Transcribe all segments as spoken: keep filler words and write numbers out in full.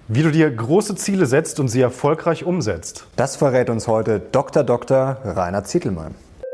Wie du dir große Ziele setzt und sie erfolgreich umsetzt. Das verrät uns heute Doktor Doktor Rainer Zitelmann.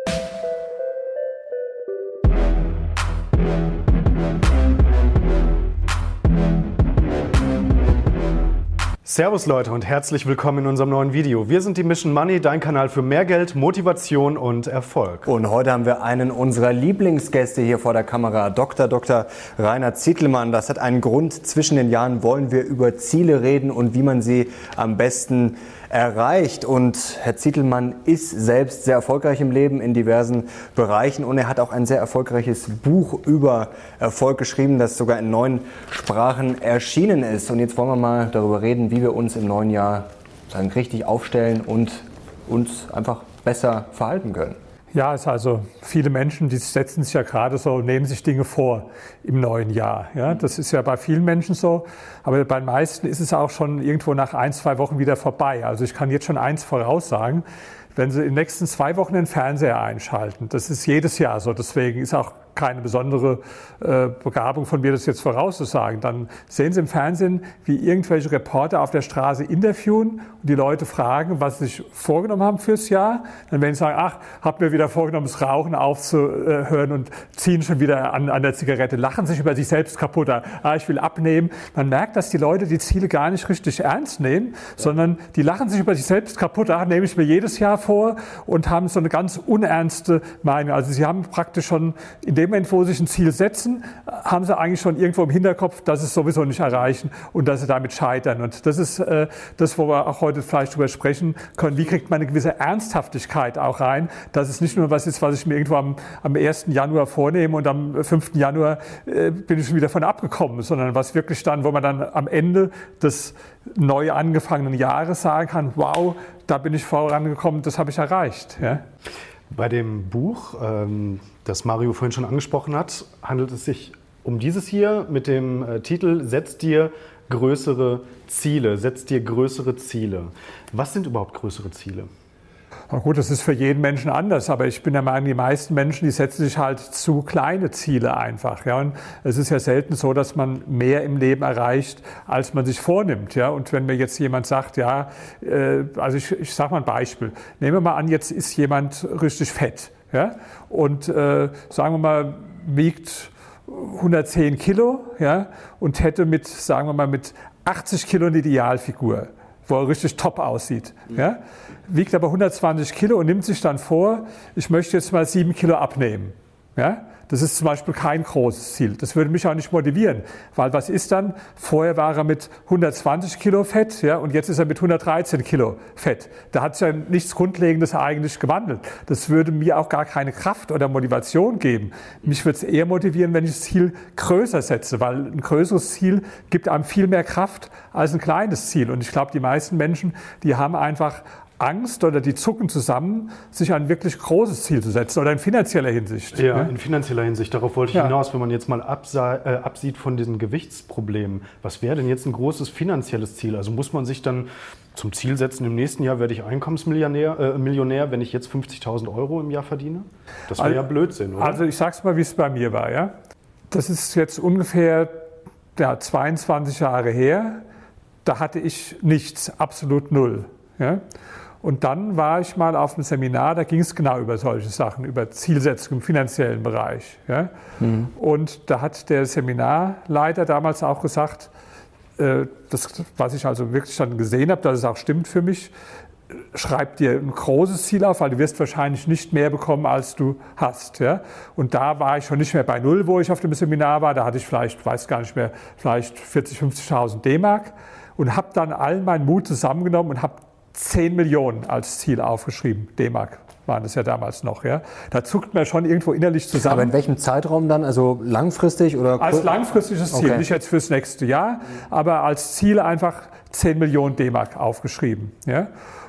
Servus Leute und herzlich willkommen in unserem neuen Video. Wir sind die Mission Money, dein Kanal für mehr Geld, Motivation und Erfolg. Und heute haben wir einen unserer Lieblingsgäste hier vor der Kamera, Doktor Doktor Rainer Zitelmann. Das hat einen Grund. Zwischen den Jahren wollen wir über Ziele reden und wie man sie am besten erreicht. Und Herr Zitelmann ist selbst sehr erfolgreich im Leben in diversen Bereichen und er hat auch ein sehr erfolgreiches Buch über Erfolg geschrieben, das sogar in neun Sprachen erschienen ist. Und jetzt wollen wir mal darüber reden, wie wir uns im neuen Jahr sagen, richtig aufstellen und uns einfach besser verhalten können. Ja, es ist also viele Menschen, die setzen sich ja gerade so, nehmen sich Dinge vor im neuen Jahr. Ja, das ist ja bei vielen Menschen so, aber bei den meisten ist es auch schon irgendwo nach ein, zwei Wochen wieder vorbei. Also ich kann jetzt schon eins voraussagen, wenn Sie in den nächsten zwei Wochen den Fernseher einschalten, das ist jedes Jahr so, deswegen ist auch keine besondere äh, Begabung von mir, das jetzt vorauszusagen. Dann sehen Sie im Fernsehen, wie irgendwelche Reporter auf der Straße interviewen und die Leute fragen, was sie sich vorgenommen haben fürs Jahr. Dann werden sie sagen, ach, hab mir wieder vorgenommen, das Rauchen aufzuhören und ziehen schon wieder an, an der Zigarette, lachen sich über sich selbst kaputt. Ah, ich will abnehmen. Man merkt, dass die Leute die Ziele gar nicht richtig ernst nehmen, ja. sondern die lachen sich über sich selbst kaputt. Ach, nehme ich mir jedes Jahr vor und haben so eine ganz unernste Meinung. Also sie haben praktisch schon in dem Moment, wo sie sich ein Ziel setzen, haben sie eigentlich schon irgendwo im Hinterkopf, dass sie es sowieso nicht erreichen und dass sie damit scheitern. Und das ist äh, das, wo wir auch heute vielleicht drüber sprechen können. Wie kriegt man eine gewisse Ernsthaftigkeit auch rein, dass es nicht nur was ist, was ich mir irgendwo am, am ersten Januar vornehme und am fünften Januar äh, bin ich schon wieder von abgekommen, sondern was wirklich dann, wo man dann am Ende des neu angefangenen Jahres sagen kann, wow, da bin ich vorangekommen, das habe ich erreicht. Ja? Bei dem Buch, ähm, das Mario vorhin schon angesprochen hat, handelt es sich um dieses hier mit dem äh, Titel Setz dir größere Ziele, setz dir größere Ziele. Was sind überhaupt größere Ziele? Na gut, das ist für jeden Menschen anders, aber ich bin der Meinung, die meisten Menschen, die setzen sich halt zu kleine Ziele einfach. Ja? Und es ist ja selten so, dass man mehr im Leben erreicht, als man sich vornimmt. Ja? Und wenn mir jetzt jemand sagt, ja, äh, also ich, ich sage mal ein Beispiel. Nehmen wir mal an, jetzt ist jemand richtig fett. Ja? Und äh, sagen wir mal, wiegt hundertzehn Kilo, ja? Und hätte mit, sagen wir mal, mit achtzig Kilo eine Idealfigur, wo er richtig top aussieht. Ja? Wiegt aber hundertzwanzig Kilo und nimmt sich dann vor, ich möchte jetzt mal sieben Kilo abnehmen. Ja? Das ist zum Beispiel kein großes Ziel. Das würde mich auch nicht motivieren, weil was ist dann? Vorher war er mit hundertzwanzig Kilo Fett, ja, und jetzt ist er mit hundertdreizehn Kilo Fett. Da hat sich ja nichts Grundlegendes eigentlich gewandelt. Das würde mir auch gar keine Kraft oder Motivation geben. Mich würde es eher motivieren, wenn ich das Ziel größer setze, weil ein größeres Ziel gibt einem viel mehr Kraft als ein kleines Ziel. Und ich glaube, die meisten Menschen, die haben einfach Angst oder die zucken zusammen, sich ein wirklich großes Ziel zu setzen oder in finanzieller Hinsicht. Ja, in finanzieller Hinsicht. Darauf wollte ich ja. hinaus, wenn man jetzt mal absah, äh, absieht von diesen Gewichtsproblemen. Was wäre denn jetzt ein großes finanzielles Ziel? Also muss man sich dann zum Ziel setzen, im nächsten Jahr werde ich Einkommensmillionär, äh, Millionär, wenn ich jetzt fünfzigtausend Euro im Jahr verdiene? Das wäre also, ja Blödsinn, oder? Also ich sag's mal, wie es bei mir war. Ja? Das ist jetzt ungefähr ja, zweiundzwanzig Jahre her. Da hatte ich nichts, absolut null. Ja? Und dann war ich mal auf einem Seminar, da ging es genau über solche Sachen, über Zielsetzung im finanziellen Bereich. Ja? Mhm. Und da hat der Seminarleiter damals auch gesagt, äh, das, was ich also wirklich dann gesehen habe, dass es auch stimmt für mich, schreib dir ein großes Ziel auf, weil du wirst wahrscheinlich nicht mehr bekommen, als du hast. Ja? Und da war ich schon nicht mehr bei Null, wo ich auf dem Seminar war, da hatte ich vielleicht, weiß gar nicht mehr, vielleicht vierzigtausend, fünfzigtausend D-Mark und habe dann allen meinen Mut zusammengenommen und habe zehn Millionen als Ziel aufgeschrieben. D-Mark waren das ja damals noch. Ja. Da zuckt man schon irgendwo innerlich zusammen. Aber in welchem Zeitraum dann? Also langfristig oder? Als langfristiges Ziel, okay. Nicht jetzt fürs nächste Jahr, aber als Ziel einfach zehn Millionen D-Mark aufgeschrieben. Ja.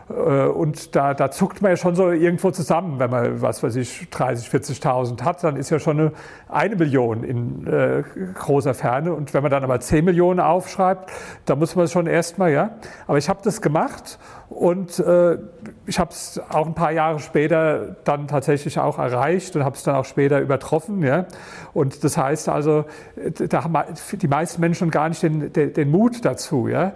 Und da, da zuckt man ja schon so irgendwo zusammen, wenn man, was weiß ich, dreißig, vierzigtausend hat, dann ist ja schon eine, eine Million in äh, großer Ferne. Und wenn man dann aber zehn Millionen aufschreibt, da muss man schon erstmal, ja. Aber ich habe das gemacht und äh, ich habe es auch ein paar Jahre später dann tatsächlich auch erreicht und habe es dann auch später übertroffen, ja. Und das heißt also, da haben die meisten Menschen gar nicht den, den, den Mut dazu, ja.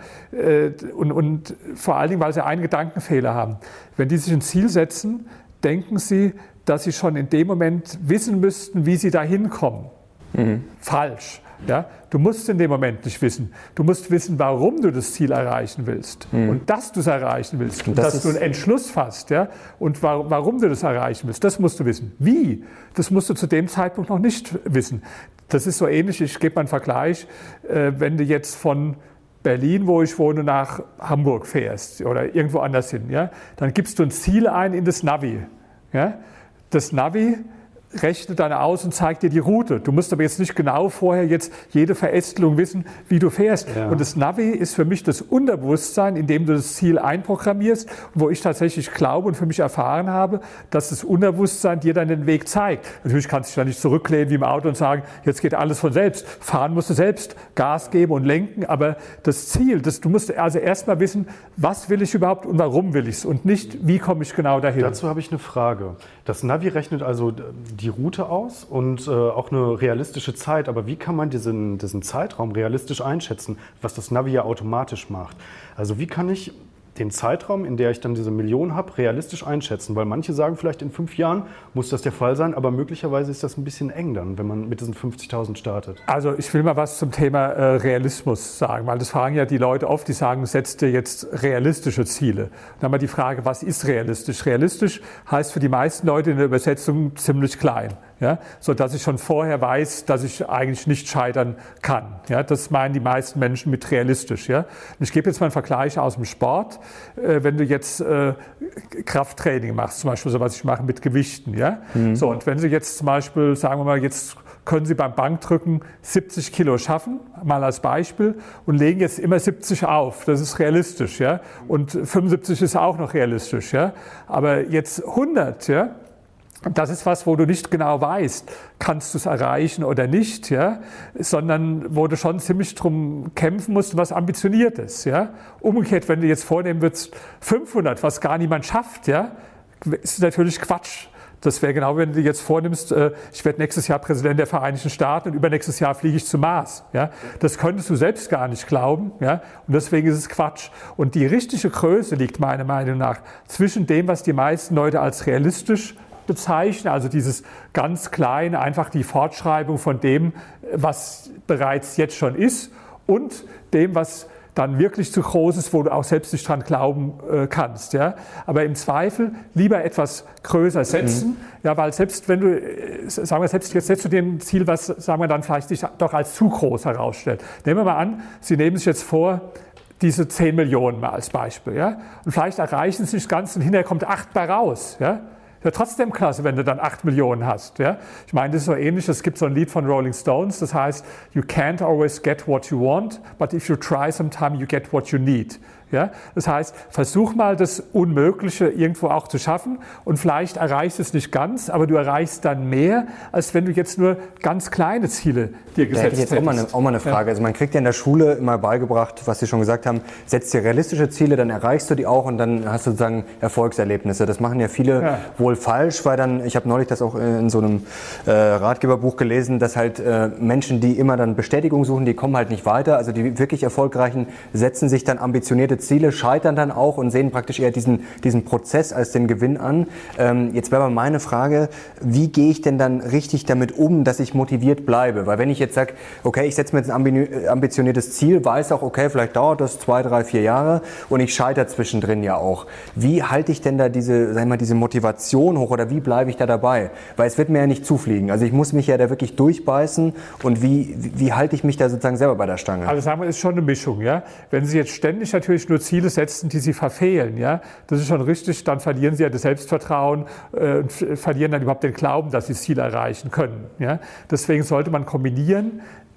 Und, und vor allen Dingen, weil sie einen Gedankenfehler haben. Wenn die sich ein Ziel setzen, denken sie, dass sie schon in dem Moment wissen müssten, wie sie da hinkommen. Mhm. Falsch. Ja? Du musst in dem Moment nicht wissen. Du musst wissen, warum du das Ziel erreichen willst. Mhm. Und dass du es erreichen willst. Und das dass du einen Entschluss fasst. Ja? Und wa- warum du das erreichen willst. Das musst du wissen. Wie? Das musst du zu dem Zeitpunkt noch nicht wissen. Das ist so ähnlich, ich gebe mal einen Vergleich, äh, wenn du jetzt von Berlin, wo ich wohne, nach Hamburg fährst oder irgendwo anders hin, ja, dann gibst du ein Ziel ein in das Navi. Ja. Das Navi rechnet dann aus und zeigt dir die Route. Du musst aber jetzt nicht genau vorher jetzt jede Verästelung wissen, wie du fährst. Ja. Und das Navi ist für mich das Unterbewusstsein, in dem du das Ziel einprogrammierst, wo ich tatsächlich glaube und für mich erfahren habe, dass das Unterbewusstsein dir dann den Weg zeigt. Natürlich kannst du dich da nicht zurücklehnen wie im Auto und sagen, jetzt geht alles von selbst. Fahren musst du selbst, Gas geben und lenken, aber das Ziel, das, du musst also erstmal wissen, was will ich überhaupt und warum will ich es und nicht, wie komme ich genau dahin. Dazu habe ich eine Frage. Das Navi rechnet also die Route aus und äh, auch eine realistische Zeit. Aber wie kann man diesen, diesen Zeitraum realistisch einschätzen, was das Navi ja automatisch macht? Also wie kann ich den Zeitraum, in der ich dann diese Million habe, realistisch einschätzen? Weil manche sagen, vielleicht in fünf Jahren muss das der Fall sein, aber möglicherweise ist das ein bisschen eng dann, wenn man mit diesen fünfzigtausend startet. Also ich will mal was zum Thema äh, Realismus sagen, weil das fragen ja die Leute oft, die sagen, setz dir jetzt realistische Ziele. Dann haben wir die Frage, was ist realistisch? Realistisch heißt für die meisten Leute in der Übersetzung ziemlich klein. Ja, so dass ich schon vorher weiß, dass ich eigentlich nicht scheitern kann. Ja, das meinen die meisten Menschen mit realistisch. Ja, und ich gebe jetzt mal einen Vergleich aus dem Sport. Äh, wenn du jetzt äh, Krafttraining machst, zum Beispiel so was ich mache mit Gewichten. Ja, mhm. So und wenn Sie jetzt zum Beispiel, sagen wir mal, jetzt können Sie beim Bankdrücken siebzig Kilo schaffen, mal als Beispiel, und legen jetzt immer siebzig auf. Das ist realistisch. Ja, und fünfundsiebzig ist auch noch realistisch. Ja, aber jetzt hundert. Ja. Das ist was, wo du nicht genau weißt, kannst du es erreichen oder nicht, ja, sondern wo du schon ziemlich drum kämpfen musst, was ambitioniert ist, ja. Umgekehrt, wenn du jetzt vornehmen würdest, fünfhundert, was gar niemand schafft, ja, ist natürlich Quatsch. Das wäre genau, wenn du jetzt vornimmst, äh, ich werde nächstes Jahr Präsident der Vereinigten Staaten und übernächstes Jahr fliege ich zum Mars. Ja? Das könntest du selbst gar nicht glauben. Ja? Und deswegen ist es Quatsch. Und die richtige Größe liegt meiner Meinung nach zwischen dem, was die meisten Leute als realistisch bezeichnen, also dieses ganz kleine, einfach die Fortschreibung von dem, was bereits jetzt schon ist, und dem, was dann wirklich zu groß ist, wo du auch selbst nicht dran glauben äh, kannst. Ja? Aber im Zweifel lieber etwas größer setzen, mhm. ja, weil selbst wenn du, äh, sagen wir, selbst jetzt setzt du dir ein Ziel, was, sagen wir, dann vielleicht sich doch als zu groß herausstellt. Nehmen wir mal an, Sie nehmen sich jetzt vor, diese zehn Millionen mal als Beispiel, ja? Und vielleicht erreichen Sie nicht ganz und hinterher kommt acht bei raus, ja? Ja, trotzdem klasse, wenn du dann acht Millionen hast. Ja? Ich meine, das ist so ähnlich, es gibt so ein Lied von Rolling Stones, das heißt, you can't always get what you want, but if you try sometime you get what you need. Ja? Das heißt, versuch mal das Unmögliche irgendwo auch zu schaffen und vielleicht erreichst du es nicht ganz, aber du erreichst dann mehr, als wenn du jetzt nur ganz kleine Ziele dir gesetzt hättest. Da hätte ich jetzt auch mal, eine, auch mal eine Frage. Ja. Also man kriegt ja in der Schule immer beigebracht, was Sie schon gesagt haben, setz dir realistische Ziele, dann erreichst du die auch und dann hast du sozusagen Erfolgserlebnisse. Das machen ja viele ja. wohl falsch, weil dann, ich habe neulich das auch in so einem äh, Ratgeberbuch gelesen, dass halt äh, Menschen, die immer dann Bestätigung suchen, die kommen halt nicht weiter. Also die wirklich Erfolgreichen setzen sich dann ambitionierte Ziele, scheitern dann auch und sehen praktisch eher diesen, diesen Prozess als den Gewinn an. Ähm, jetzt wäre aber meine Frage, wie gehe ich denn dann richtig damit um, dass ich motiviert bleibe? Weil wenn ich jetzt sage, okay, ich setze mir jetzt ein ambitioniertes Ziel, weiß auch, okay, vielleicht dauert das zwei, drei, vier Jahre und ich scheitere zwischendrin ja auch. Wie halte ich denn da diese, sag ich mal, diese Motivation hoch oder wie bleibe ich da dabei? Weil es wird mir ja nicht zufliegen. Also ich muss mich ja da wirklich durchbeißen und wie, wie halte ich mich da sozusagen selber bei der Stange? Also sagen wir, ist schon eine Mischung, ja. Wenn Sie jetzt ständig natürlich nur Ziele setzen, die Sie verfehlen, ja, das ist schon richtig, dann verlieren Sie ja das Selbstvertrauen äh, und verlieren dann überhaupt den Glauben, dass Sie das Ziel erreichen können, ja. Deswegen sollte man kombinieren,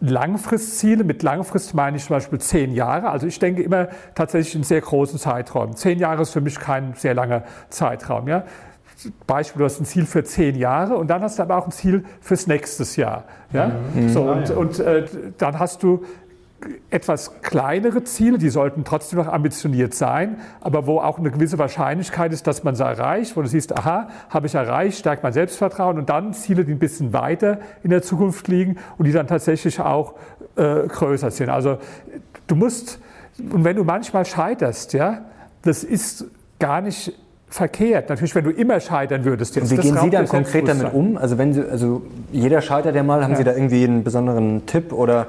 Langfristziele. Mit Langfrist meine ich zum Beispiel zehn Jahre. Also ich denke immer tatsächlich in sehr großen Zeiträumen. Zehn Jahre ist für mich kein sehr langer Zeitraum. Ja? Beispiel, du hast ein Ziel für zehn Jahre und dann hast du aber auch ein Ziel fürs nächste Jahr. Ja? Mhm. So, und und äh, dann hast du etwas kleinere Ziele, die sollten trotzdem noch ambitioniert sein, aber wo auch eine gewisse Wahrscheinlichkeit ist, dass man sie erreicht, wo du siehst, aha, habe ich erreicht, stärkt mein Selbstvertrauen, und dann Ziele, die ein bisschen weiter in der Zukunft liegen und die dann tatsächlich auch äh, größer sind. Also du musst, und wenn du manchmal scheiterst, ja, das ist gar nicht verkehrt. Natürlich, wenn du immer scheitern würdest. Jetzt, wie gehen Sie dann konkret damit um? Also wenn Sie, also jeder scheitert ja mal, haben ja. Sie da irgendwie einen besonderen Tipp oder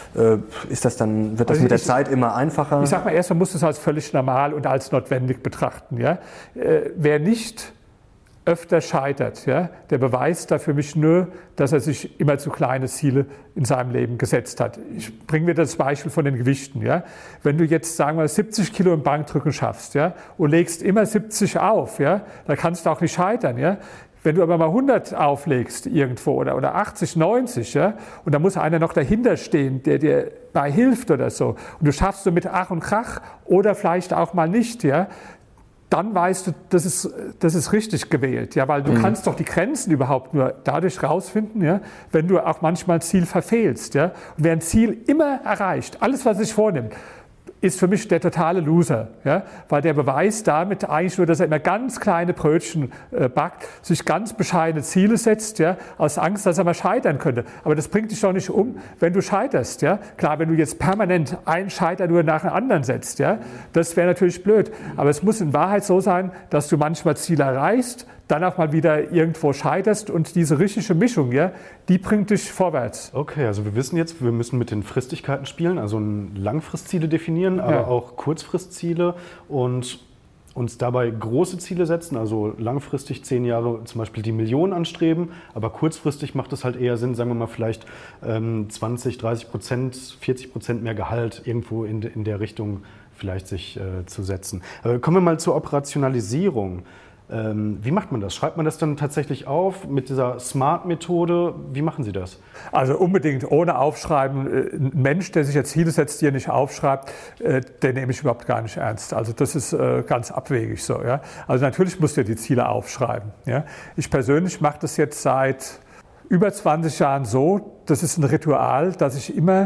ist das dann, wird das also mit der ich, Zeit immer einfacher? Ich sage mal, erstmal muss es als völlig normal und als notwendig betrachten. Ja? Äh, wer nicht öfter scheitert, ja, der beweist da für mich nur, dass er sich immer zu kleine Ziele in seinem Leben gesetzt hat. Ich bringe mir das Beispiel von den Gewichten. Ja? Wenn du jetzt, sagen wir, siebzig Kilo im Bankdrücken schaffst, ja, und legst immer siebzig auf, ja, dann kannst du auch nicht scheitern. Ja? Wenn du aber mal hundert auflegst irgendwo oder, oder achtzig, neunzig, ja, und da muss einer noch dahinter stehen, der dir bei hilft oder so, und du schaffst du mit Ach und Krach oder vielleicht auch mal nicht, ja, dann weißt du, das ist, das ist richtig gewählt, ja, weil du mhm. kannst doch die Grenzen überhaupt nur dadurch rausfinden, ja, wenn du auch manchmal ein Ziel verfehlst, ja, und wer ein Ziel immer erreicht, alles, was er sich vornimmt, ist für mich der totale Loser, ja? Weil der beweist damit eigentlich nur, dass er immer ganz kleine Brötchen äh, backt, sich ganz bescheidene Ziele setzt, ja? Aus Angst, dass er mal scheitern könnte. Aber das bringt dich doch nicht um, wenn du scheiterst. Ja? Klar, wenn du jetzt permanent einen Scheiter nur nach dem anderen setzt, ja? Das wäre natürlich blöd. Aber es muss in Wahrheit so sein, dass du manchmal Ziele erreichst, dann auch mal wieder irgendwo scheiterst, und diese richtige Mischung, ja, die bringt dich vorwärts. Okay, also wir wissen jetzt, wir müssen mit den Fristigkeiten spielen, also Langfristziele definieren, aber ja. auch Kurzfristziele und uns dabei große Ziele setzen, also langfristig zehn Jahre zum Beispiel die Million anstreben, aber kurzfristig macht es halt eher Sinn, sagen wir mal vielleicht ähm, zwanzig, dreißig Prozent, vierzig Prozent mehr Gehalt irgendwo in, in der Richtung vielleicht sich äh, zu setzen. Aber kommen wir mal zur Operationalisierung. Wie macht man das? Schreibt man das dann tatsächlich auf mit dieser Smart-Methode? Wie machen Sie das? Also unbedingt ohne Aufschreiben. Ein Mensch, der sich jetzt Ziele setzt, die er nicht aufschreibt, den nehme ich überhaupt gar nicht ernst. Also das ist ganz abwegig so. Ja? Also natürlich musst du die Ziele aufschreiben. Ja? Ich persönlich mache das jetzt seit über zwanzig Jahren so. Das ist ein Ritual, dass ich immer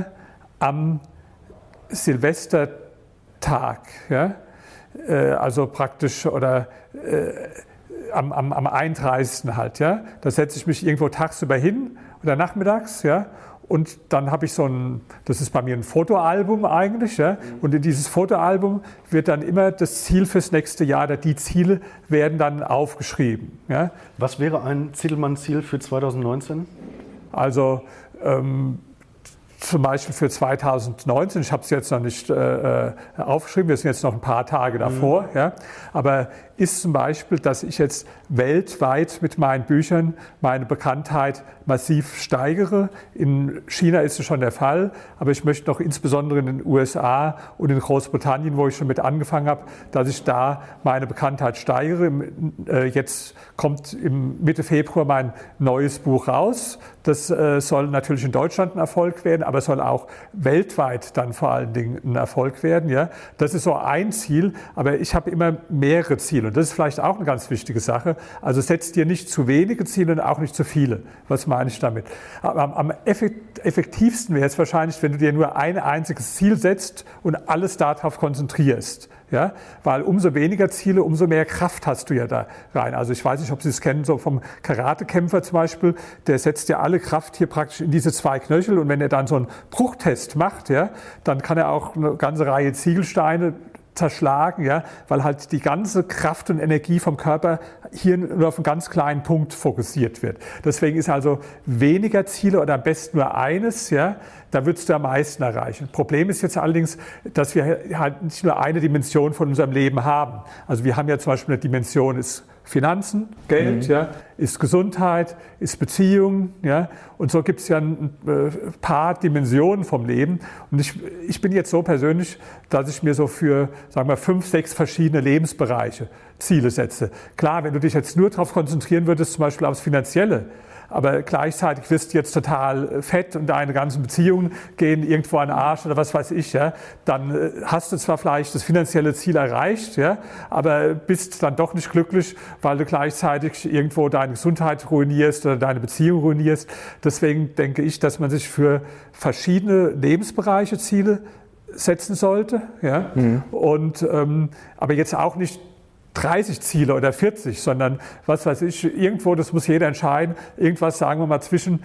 am Silvestertag, ja, also praktisch, oder äh, am, am, am einunddreißigsten halt, ja, da setze ich mich irgendwo tagsüber hin oder nachmittags, ja, und dann habe ich so ein, das ist bei mir ein Fotoalbum eigentlich, ja, und in dieses Fotoalbum wird dann immer das Ziel fürs nächste Jahr, oder die Ziele werden dann aufgeschrieben. Ja. Was wäre ein Zittelmann-Ziel für zweitausendneunzehn? Also ähm, zum Beispiel für zweitausendneunzehn, ich habe es jetzt noch nicht äh, aufgeschrieben, wir sind jetzt noch ein paar Tage davor, mhm. ja, aber ist zum Beispiel, dass ich jetzt weltweit mit meinen Büchern meine Bekanntheit massiv steigere. In China ist es schon der Fall, aber ich möchte noch insbesondere in den U S A und in Großbritannien, wo ich schon mit angefangen habe, dass ich da meine Bekanntheit steigere. Jetzt kommt im Mitte Februar mein neues Buch raus. Das soll natürlich in Deutschland ein Erfolg werden, aber es soll auch weltweit dann vor allen Dingen ein Erfolg werden. Ja? Das ist so ein Ziel, aber ich habe immer mehrere Ziele. Und das ist vielleicht auch eine ganz wichtige Sache. Also setzt dir nicht zu wenige Ziele und auch nicht zu viele. Was meine ich damit? Am, am effektivsten wäre es wahrscheinlich, wenn du dir nur ein einziges Ziel setzt und alles darauf konzentrierst. Ja? Weil umso weniger Ziele, umso mehr Kraft hast du ja da rein. Also ich weiß nicht, ob Sie es kennen, so vom Karatekämpfer zum Beispiel, der setzt ja alle Kraft hier praktisch in diese zwei Knöchel, und wenn er dann so einen Bruchtest macht, ja, dann kann er auch eine ganze Reihe Ziegelsteine zerschlagen, ja, weil halt die ganze Kraft und Energie vom Körper hier nur auf einen ganz kleinen Punkt fokussiert wird. Deswegen ist also weniger Ziele oder am besten nur eines, ja, da würdest du am meisten erreichen. Problem ist jetzt allerdings, dass wir halt nicht nur eine Dimension von unserem Leben haben. Also wir haben ja zum Beispiel eine Dimension, ist Finanzen, Geld, mhm. ja, ist Gesundheit, ist Beziehung, ja, und so gibt es ja ein äh, paar Dimensionen vom Leben. Und ich, ich bin jetzt so persönlich, dass ich mir so für, sagen wir, fünf, sechs verschiedene Lebensbereiche Ziele setze. Klar, wenn du dich jetzt nur darauf konzentrieren würdest, zum Beispiel aufs Finanzielle, aber gleichzeitig wirst du jetzt total fett und deine ganzen Beziehungen gehen irgendwo an den Arsch oder was weiß ich, ja, dann hast du zwar vielleicht das finanzielle Ziel erreicht, ja, aber bist dann doch nicht glücklich, weil du gleichzeitig irgendwo deine Gesundheit ruinierst oder deine Beziehung ruinierst. Deswegen denke ich, dass man sich für verschiedene Lebensbereiche Ziele setzen sollte, ja, mhm. und ähm, aber jetzt auch nicht dreißig Ziele oder vierzig, sondern was weiß ich, irgendwo, das muss jeder entscheiden, irgendwas, sagen wir mal, zwischen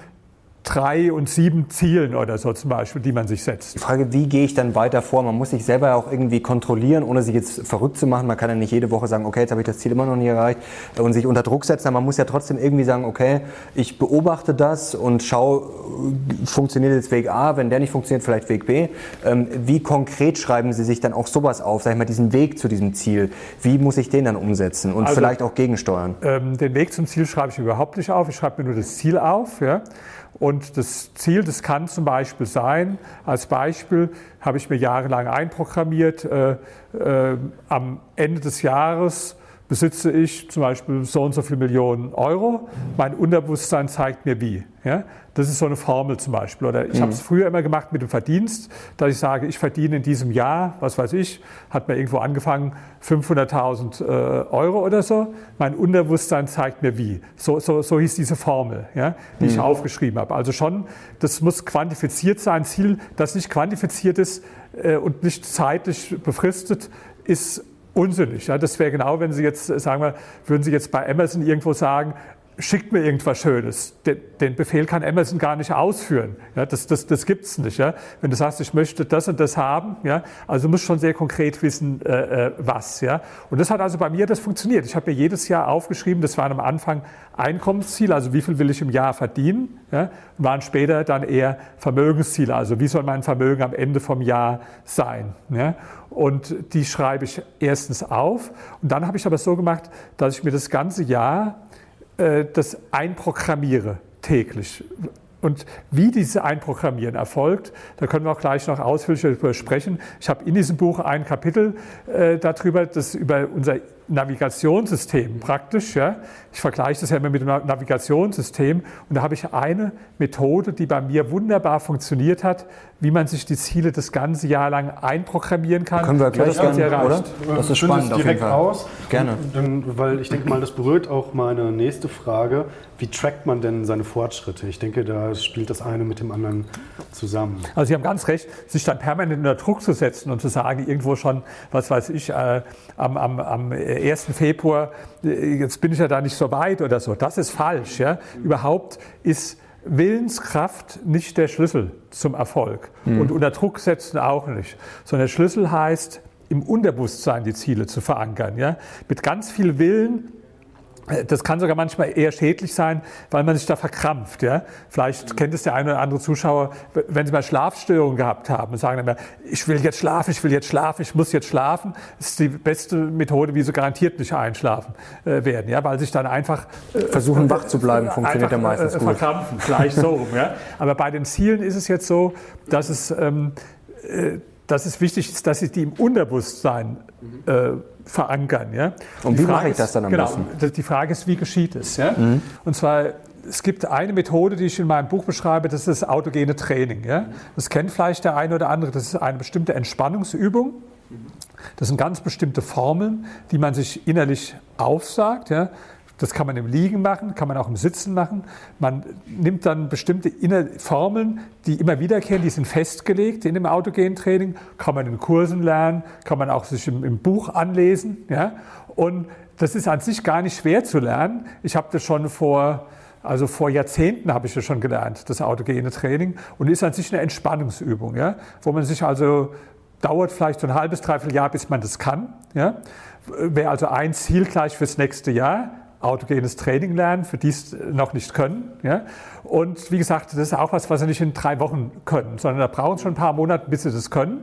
drei und sieben Zielen oder so zum Beispiel, die man sich setzt. Die Frage, wie gehe ich dann weiter vor? Man muss sich selber auch irgendwie kontrollieren, ohne sich jetzt verrückt zu machen. Man kann ja nicht jede Woche sagen, okay, jetzt habe ich das Ziel immer noch nicht erreicht und sich unter Druck setzen. Aber man muss ja trotzdem irgendwie sagen, okay, ich beobachte das und schaue, funktioniert jetzt Weg A, wenn der nicht funktioniert, vielleicht Weg B. Ähm, wie konkret schreiben Sie sich dann auch sowas auf, sag ich mal, diesen Weg zu diesem Ziel? Wie muss ich den dann umsetzen und also, vielleicht auch gegensteuern? Ähm, den Weg zum Ziel schreibe ich überhaupt nicht auf. Ich schreibe mir nur das Ziel auf, ja. Und das Ziel, das kann zum Beispiel sein, als Beispiel habe ich mir jahrelang einprogrammiert, äh, äh, am Ende des Jahres besitze ich zum Beispiel so und so viele Millionen Euro, mein Unterbewusstsein zeigt mir wie. Ja? Das ist so eine Formel zum Beispiel. Oder ich mhm. habe es früher immer gemacht mit dem Verdienst, dass ich sage, ich verdiene in diesem Jahr, was weiß ich, hat mir irgendwo angefangen, fünfhunderttausend äh, Euro oder so. Mein Unterbewusstsein zeigt mir wie. So, so, so hieß diese Formel, ja, die mhm. ich aufgeschrieben habe. Also schon, das muss quantifiziert sein. Ziel, das nicht quantifiziert ist äh, und nicht zeitlich befristet, ist unsinnig. Ja, das wäre genau, wenn Sie jetzt, sagen wir, würden Sie jetzt bei Amazon irgendwo sagen, schickt mir irgendwas Schönes. Den, den Befehl kann Amazon gar nicht ausführen. Ja, das das, das gibt es nicht. Ja. Wenn du sagst, ich möchte das und das haben, ja, also du musst schon sehr konkret wissen, äh, was. Ja. Und das hat also bei mir das funktioniert. Ich habe mir jedes Jahr aufgeschrieben, das waren am Anfang Einkommensziele, also wie viel will ich im Jahr verdienen, ja, und waren später dann eher Vermögensziele, also wie soll mein Vermögen am Ende vom Jahr sein. Ja. Und die schreibe ich erstens auf und dann habe ich aber so gemacht, dass ich mir das ganze Jahr äh, das einprogrammiere täglich. Und wie dieses Einprogrammieren erfolgt, da können wir auch gleich noch ausführlicher darüber sprechen. Ich habe in diesem Buch ein Kapitel äh, darüber, das über unser Navigationssystem praktisch, ja. Ich vergleiche das ja immer mit dem Navigationssystem und da habe ich eine Methode, die bei mir wunderbar funktioniert hat, wie man sich die Ziele das ganze Jahr lang einprogrammieren kann. Können wir gleich ja, gerne, oder? Das ist spannend, auf jeden Fall. Aus. Gerne. Dann, weil ich denke mal, das berührt auch meine nächste Frage. Wie trackt man denn seine Fortschritte? Ich denke, da spielt das eine mit dem anderen zusammen. Also Sie haben ganz recht, sich dann permanent unter Druck zu setzen und zu sagen, irgendwo schon, was weiß ich, äh, am, am, am ersten Februar, jetzt bin ich ja da nicht so weit oder so. Das ist falsch. Ja? Überhaupt ist Willenskraft nicht der Schlüssel zum Erfolg mhm. und unter Druck setzen auch nicht, sondern der Schlüssel heißt, im Unterbewusstsein die Ziele zu verankern. Ja? Mit ganz viel Willen. Das kann sogar manchmal eher schädlich sein, weil man sich da verkrampft. Ja? Vielleicht kennt es der eine oder andere Zuschauer, wenn sie mal Schlafstörungen gehabt haben und sagen dann immer, ich will jetzt schlafen, ich will jetzt schlafen, ich muss jetzt schlafen. Das ist die beste Methode, wie sie garantiert nicht einschlafen äh, werden. Ja? Weil sich dann einfach... Äh, Versuchen wach zu bleiben, äh, funktioniert ja meistens äh, gut. Verkrampfen, vielleicht so rum. Ja? Aber bei den Zielen ist es jetzt so, dass es... Ähm, äh, dass es wichtig ist, dass sie die im Unterbewusstsein äh, verankern. Ja? Und wie mache ich das dann am genau, besten? Die Frage ist, wie geschieht es? Ja? Mhm. Und zwar, es gibt eine Methode, die ich in meinem Buch beschreibe, das ist das autogene Training. Ja? Das kennt vielleicht der eine oder andere, das ist eine bestimmte Entspannungsübung. Das sind ganz bestimmte Formeln, die man sich innerlich aufsagt. Ja? Das kann man im Liegen machen, kann man auch im Sitzen machen. Man nimmt dann bestimmte Formeln, die immer wiederkehren, die sind festgelegt in dem autogenen Training, kann man in Kursen lernen, kann man auch sich im, im Buch anlesen. Ja? Und das ist an sich gar nicht schwer zu lernen. Ich habe das schon vor, also vor Jahrzehnten habe ich das schon gelernt, das autogene Training, und ist an sich eine Entspannungsübung, ja? Wo man sich also, dauert vielleicht so ein halbes, dreiviertel Jahr, bis man das kann. Ja? Wäre also ein Ziel gleich fürs nächste Jahr. Autogenes Training lernen, für die es noch nicht können. Ja? Und wie gesagt, das ist auch was, was sie nicht in drei Wochen können, sondern da brauchen sie schon ein paar Monate, bis sie das können.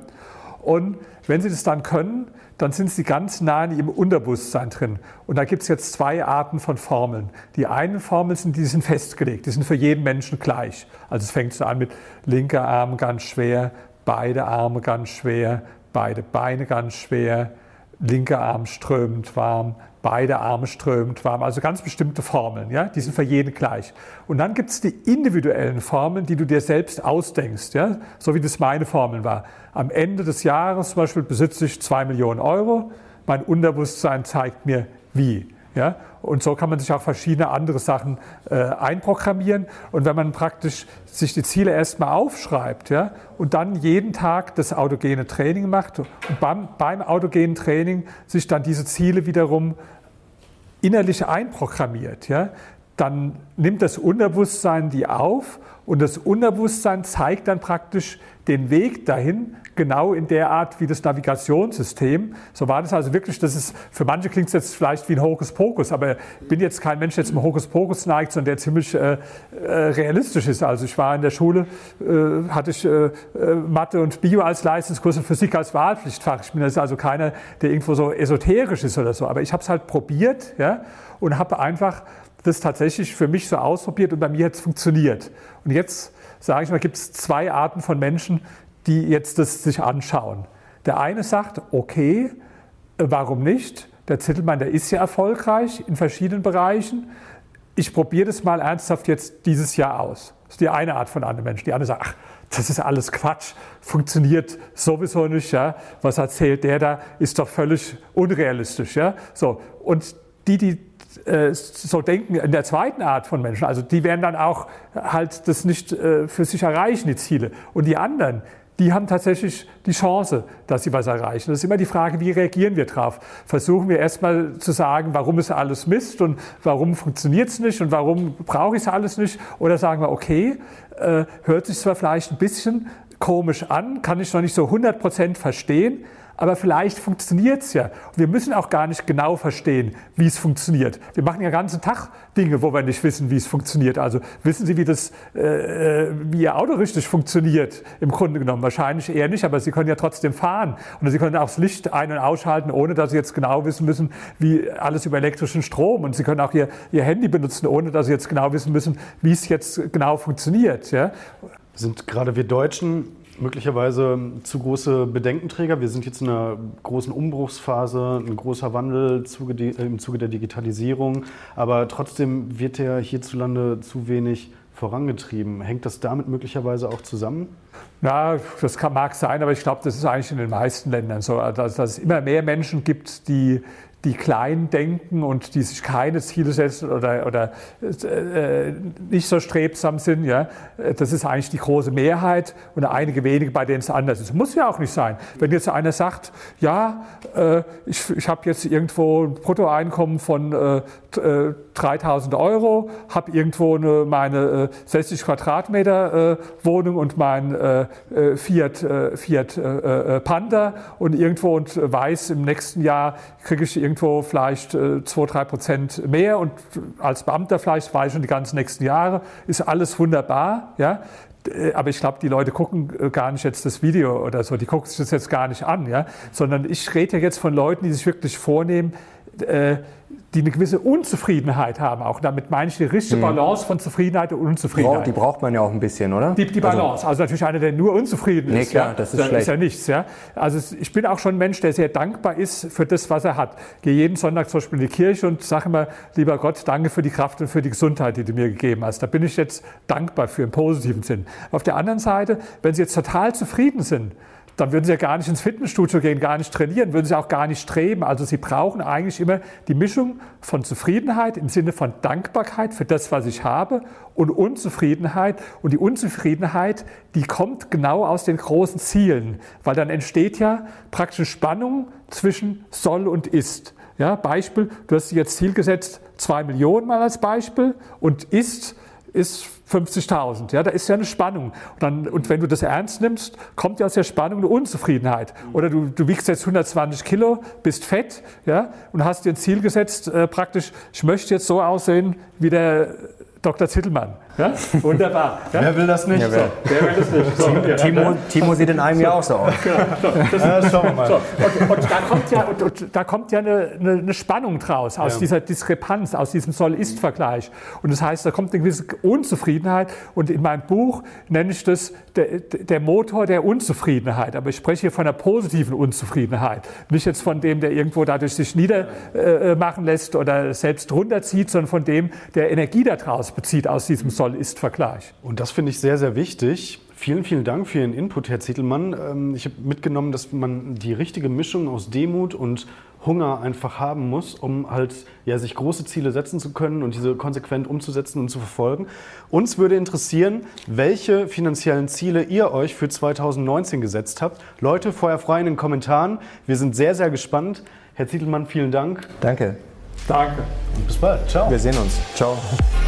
Und wenn sie das dann können, dann sind sie ganz nah in ihrem Unterbewusstsein drin. Und da gibt es jetzt zwei Arten von Formeln. Die einen Formeln sind, die sind festgelegt, die sind für jeden Menschen gleich. Also es fängt so an mit linker Arm ganz schwer, beide Arme ganz schwer, beide Beine ganz schwer, linker Arm strömend warm, beide Arme strömend warm, also ganz bestimmte Formeln, ja? Die sind für jeden gleich. Und dann gibt es die individuellen Formeln, die du dir selbst ausdenkst, ja? So wie das meine Formeln war. Am Ende des Jahres zum Beispiel besitze ich zwei Millionen Euro, mein Unterbewusstsein zeigt mir wie. Ja? Und so kann man sich auch verschiedene andere Sachen äh, einprogrammieren. Und wenn man praktisch sich die Ziele erstmal aufschreibt, ja, und dann jeden Tag das autogene Training macht und beim, beim autogenen Training sich dann diese Ziele wiederum innerlich einprogrammiert, ja, dann nimmt das Unterbewusstsein die auf und das Unterbewusstsein zeigt dann praktisch den Weg dahin, genau in der Art wie das Navigationssystem. So war das also wirklich, das ist, für manche klingt es jetzt vielleicht wie ein Hokuspokus, aber ich bin jetzt kein Mensch, der zum Hokuspokus neigt, sondern der ziemlich äh, äh, realistisch ist. Also ich war in der Schule, äh, hatte ich äh, Mathe und Bio als Leistungskurs und Physik als Wahlpflichtfach. Ich bin jetzt also keiner, der irgendwo so esoterisch ist oder so, aber ich habe es halt probiert, ja, und habe einfach das tatsächlich für mich so ausprobiert und bei mir hat es funktioniert. Und jetzt, sage ich mal, gibt es zwei Arten von Menschen, die jetzt das sich anschauen. Der eine sagt, okay, warum nicht? Der Zittelmann, der ist ja erfolgreich in verschiedenen Bereichen. Ich probiere das mal ernsthaft jetzt dieses Jahr aus. Das ist die eine Art von anderen Menschen. Die andere sagt, ach, das ist alles Quatsch, funktioniert sowieso nicht. Ja? Was erzählt der da, ist doch völlig unrealistisch. Ja? So, und die, die so denken in der zweiten Art von Menschen, also die werden dann auch halt das nicht äh, für sich erreichen, die Ziele. Und die anderen, die haben tatsächlich die Chance, dass sie was erreichen. Das ist immer die Frage, wie reagieren wir drauf? Versuchen wir erstmal zu sagen, warum ist alles Mist und warum funktioniert es nicht und warum brauche ich es alles nicht? Oder sagen wir, okay, äh, hört sich zwar vielleicht ein bisschen komisch an, kann ich noch nicht so hundert Prozent verstehen, aber vielleicht funktioniert es ja. Und wir müssen auch gar nicht genau verstehen, wie es funktioniert. Wir machen ja den ganzen Tag Dinge, wo wir nicht wissen, wie es funktioniert. Also wissen Sie, wie, das, äh, wie Ihr Auto richtig funktioniert? Im Grunde genommen wahrscheinlich eher nicht, aber Sie können ja trotzdem fahren. Und Sie können auch das Licht ein- und ausschalten, ohne dass Sie jetzt genau wissen müssen, wie alles über elektrischen Strom. Und Sie können auch Ihr, Ihr Handy benutzen, ohne dass Sie jetzt genau wissen müssen, wie es jetzt genau funktioniert. Ja? Sind gerade wir Deutschen möglicherweise zu große Bedenkenträger? Wir sind jetzt in einer großen Umbruchsphase, ein großer Wandel im Zuge der Digitalisierung, aber trotzdem wird der hierzulande zu wenig vorangetrieben. Hängt das damit möglicherweise auch zusammen? Ja, das kann, mag sein, aber ich glaube, das ist eigentlich in den meisten Ländern so, dass, dass es immer mehr Menschen gibt, die die klein denken und die sich keine Ziele setzen oder, oder äh, nicht so strebsam sind. Ja? Das ist eigentlich die große Mehrheit und einige wenige, bei denen es anders ist. Muss ja auch nicht sein. Wenn jetzt einer sagt, ja, äh, ich, ich habe jetzt irgendwo ein Bruttoeinkommen von äh, dreitausend Euro, habe irgendwo eine, meine äh, sechzig Quadratmeter äh, Wohnung und mein äh, Fiat, äh, Fiat äh, Panda und irgendwo und weiß, im nächsten Jahr kriege ich irgendwo vielleicht äh, zwei, drei Prozent mehr und als Beamter vielleicht weiß ich schon die ganzen nächsten Jahre, ist alles wunderbar, ja. Aber ich glaube, die Leute gucken gar nicht jetzt das Video oder so, die gucken sich das jetzt gar nicht an, ja, sondern ich rede ja jetzt von Leuten, die sich wirklich vornehmen, äh, die eine gewisse Unzufriedenheit haben. Auch damit meine ich die richtige Balance von Zufriedenheit und Unzufriedenheit. Die braucht man ja auch ein bisschen, oder? Die, die Balance. Also, also natürlich einer, der nur unzufrieden nee, ist. Klar, ja, das ist das schlecht. ist ja nichts. Ja. Also ich bin auch schon ein Mensch, der sehr dankbar ist für das, was er hat. Gehe jeden Sonntag zum Beispiel in die Kirche und sage immer, lieber Gott, danke für die Kraft und für die Gesundheit, die du mir gegeben hast. Da bin ich jetzt dankbar für im positiven Sinn. Auf der anderen Seite, wenn Sie jetzt total zufrieden sind, dann würden Sie ja gar nicht ins Fitnessstudio gehen, gar nicht trainieren, würden Sie auch gar nicht streben. Also Sie brauchen eigentlich immer die Mischung von Zufriedenheit im Sinne von Dankbarkeit für das, was ich habe und Unzufriedenheit. Und die Unzufriedenheit, die kommt genau aus den großen Zielen, weil dann entsteht ja praktisch eine Spannung zwischen soll und ist. Ja, Beispiel, du hast dir jetzt Ziel gesetzt, zwei Millionen mal als Beispiel und ist ist fünfzigtausend. Ja, da ist ja eine Spannung. Und, dann, und wenn du das ernst nimmst, kommt ja aus der Spannung eine Unzufriedenheit. Oder du, du wiegst jetzt hundertzwanzig Kilo, bist fett, ja, und hast dir ein Ziel gesetzt, äh, praktisch, ich möchte jetzt so aussehen wie der Doktor Zittelmann. Ja? Wunderbar. Ja? Wer will das nicht? Ja, wer, so, wer will das nicht? So, ja, Timo, ja. Timo sieht in einem Jahr auch so aus. Genau, so, das, Ja, schauen wir mal. so, und, und da kommt ja, und, und da kommt ja eine, eine, eine Spannung draus, aus ja. dieser Diskrepanz, aus diesem Soll-Ist-Vergleich. Und das heißt, da kommt eine gewisse Unzufriedenheit. Und in meinem Buch nenne ich das der, der Motor der Unzufriedenheit. Aber ich spreche hier von einer positiven Unzufriedenheit. Nicht jetzt von dem, der irgendwo dadurch sich niedermachen äh, lässt oder selbst runterzieht, sondern von dem, der Energie daraus bezieht aus diesem Soll-Ist-Vergleich. Und das finde ich sehr, sehr wichtig. Vielen, vielen Dank für Ihren Input, Herr Zietelmann. Ich habe mitgenommen, dass man die richtige Mischung aus Demut und Hunger einfach haben muss, um halt ja, sich große Ziele setzen zu können und diese konsequent umzusetzen und zu verfolgen. Uns würde interessieren, welche finanziellen Ziele ihr euch für zweitausendneunzehn gesetzt habt. Leute, Feuer frei in den Kommentaren. Wir sind sehr, sehr gespannt. Herr Zietelmann, vielen Dank. Danke. Danke. Und bis bald. Ciao. Wir sehen uns. Ciao.